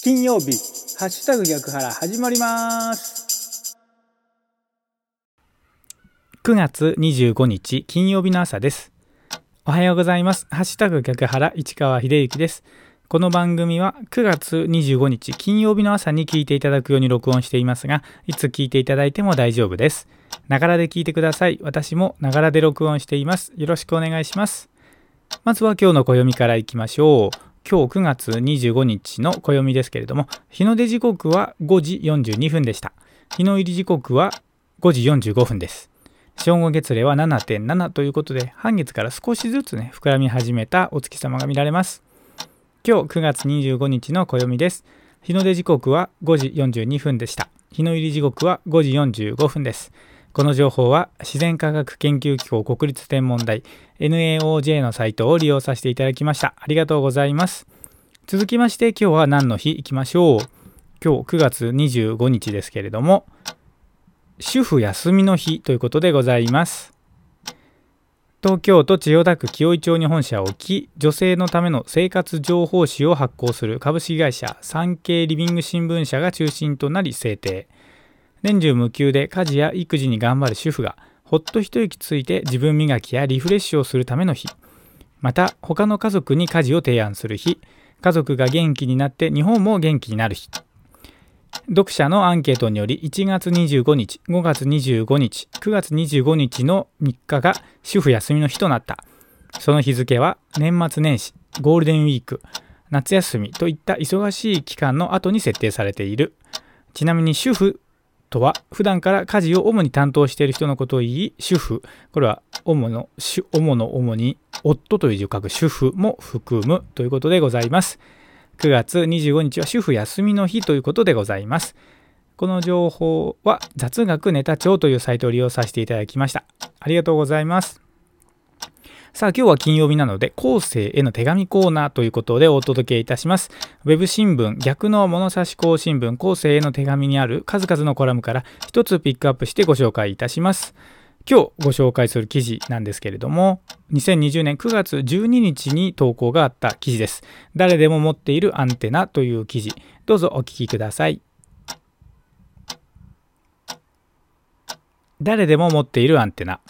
金曜日ハッシュタグ逆腹始まります。9月25日金曜日の朝です。おはようございます。ハッシュタグ逆腹市川秀幸です。この番組は9月25日金曜日の朝に聞いていただくように録音していますが、いつ聞いていただいても大丈夫です。ながらで聞いてください。私もながらで録音しています。よろしくお願いします。まずは今日の暦からいきましょう。今日9月25日の暦ですけれども、日の出時刻は5時42分でした。日の入り時刻は5時45分です。正午月齢は 7.7 ということで、半月から少しずつ膨らみ始めたお月様が見られます。今日9月25日の暦です。日の出時刻は5時42分でした。日の入り時刻は5時45分です。この情報は自然科学研究機構国立天文台 NAOJ のサイトを利用させていただきました。ありがとうございます。続きまして今日は何の日いきましょう。今日9月25日ですけれども、主婦休みの日ということでございます。東京都千代田区紀尾井町に本社を置き、女性のための生活情報誌を発行する株式会社産経リビング新聞社が中心となり制定。年中無休で家事や育児に頑張る主婦がほっと一息ついて自分磨きやリフレッシュをするための日。また他の家族に家事を提案する日。家族が元気になって日本も元気になる日。読者のアンケートにより1月25日、5月25日、9月25日の3日が主婦休みの日となった。その日付は年末年始、ゴールデンウィーク、夏休みといった忙しい期間の後に設定されている。ちなみに主婦とは普段から家事を主に担当している人のことを言い、主婦、これは主に夫という字を書く主婦も含むということでございます。9月25日は主婦休みの日ということでございます。この情報は雑学ネタ帳というサイトを利用させていただきました。ありがとうございます。さあ今日は金曜日なので後世への手紙コーナーということでお届けいたします。ウェブ新聞逆の物差し校新聞後世への手紙にある数々のコラムから一つピックアップしてご紹介いたします。今日ご紹介する記事なんですけれども、2020年9月12日に投稿があった記事です。誰でも持っているアンテナという記事、どうぞお聞きください。誰でも持っているアンテナ。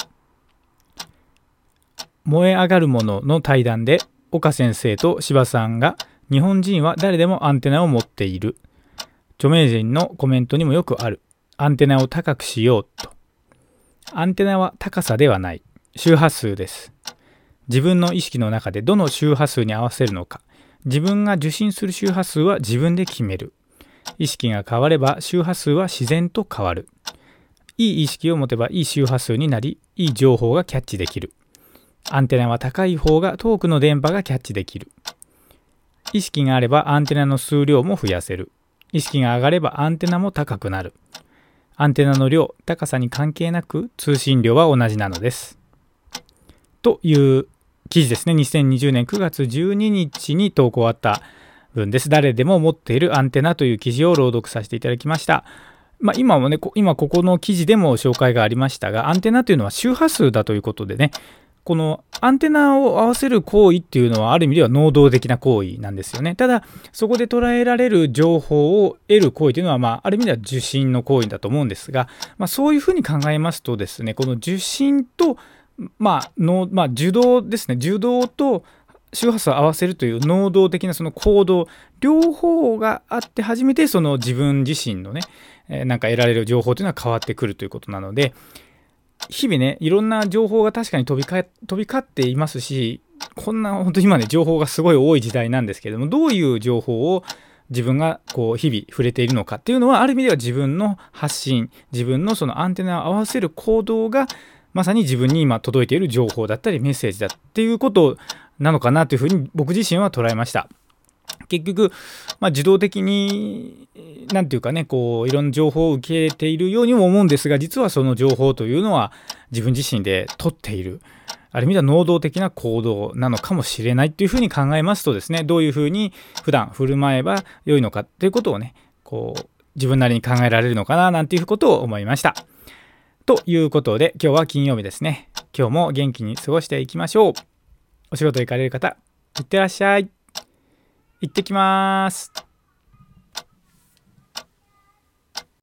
燃え上がるものの対談で岡先生と柴さんが日本人は誰でもアンテナを持っている。著名人のコメントにもよくある。アンテナを高くしようと。アンテナは高さではない。周波数です。自分の意識の中でどの周波数に合わせるのか。自分が受信する周波数は自分で決める。意識が変われば周波数は自然と変わる。いい意識を持てばいい周波数になり、いい情報がキャッチできる。アンテナは高い方が遠くの電波がキャッチできる。意識があればアンテナの数量も増やせる。意識が上がればアンテナも高くなる。アンテナの量、高さに関係なく通信量は同じなのです。という記事ですね。2020年9月12日に投稿あった文です。誰でも持っているアンテナという記事を朗読させていただきました。今ここの記事でも紹介がありましたが、アンテナというのは周波数だということでね、このアンテナを合わせる行為っていうのはある意味では能動的な行為なんですよね。ただそこで捉えられる情報を得る行為というのは、ある意味では受信の行為だと思うんですが、そういうふうに考えますとですね、この受信と、受動ですね、受動と周波数を合わせるという能動的なその行動、両方があって初めてその自分自身のね、得られる情報というのは変わってくるということなので、日々ね、いろんな情報が確かに飛び交っていますし、こんな本当に今ね、情報がすごい多い時代なんですけれども、どういう情報を自分が日々触れているのかっていうのは、ある意味では自分の発信、自分のそのアンテナを合わせる行動がまさに自分に今届いている情報だったりメッセージだっていうことなのかなというふうに僕自身は捉えました。結局、自動的にいろんな情報を受け入れているようにも思うんですが、実はその情報というのは自分自身で取っている、ある意味では能動的な行動なのかもしれないというふうに考えますとですね、どういうふうに普段振る舞えば良いのかということをね、自分なりに考えられるのかななんていうことを思いました。ということで今日は金曜日ですね。今日も元気に過ごしていきましょう。お仕事行かれる方、いってらっしゃい。行ってきます。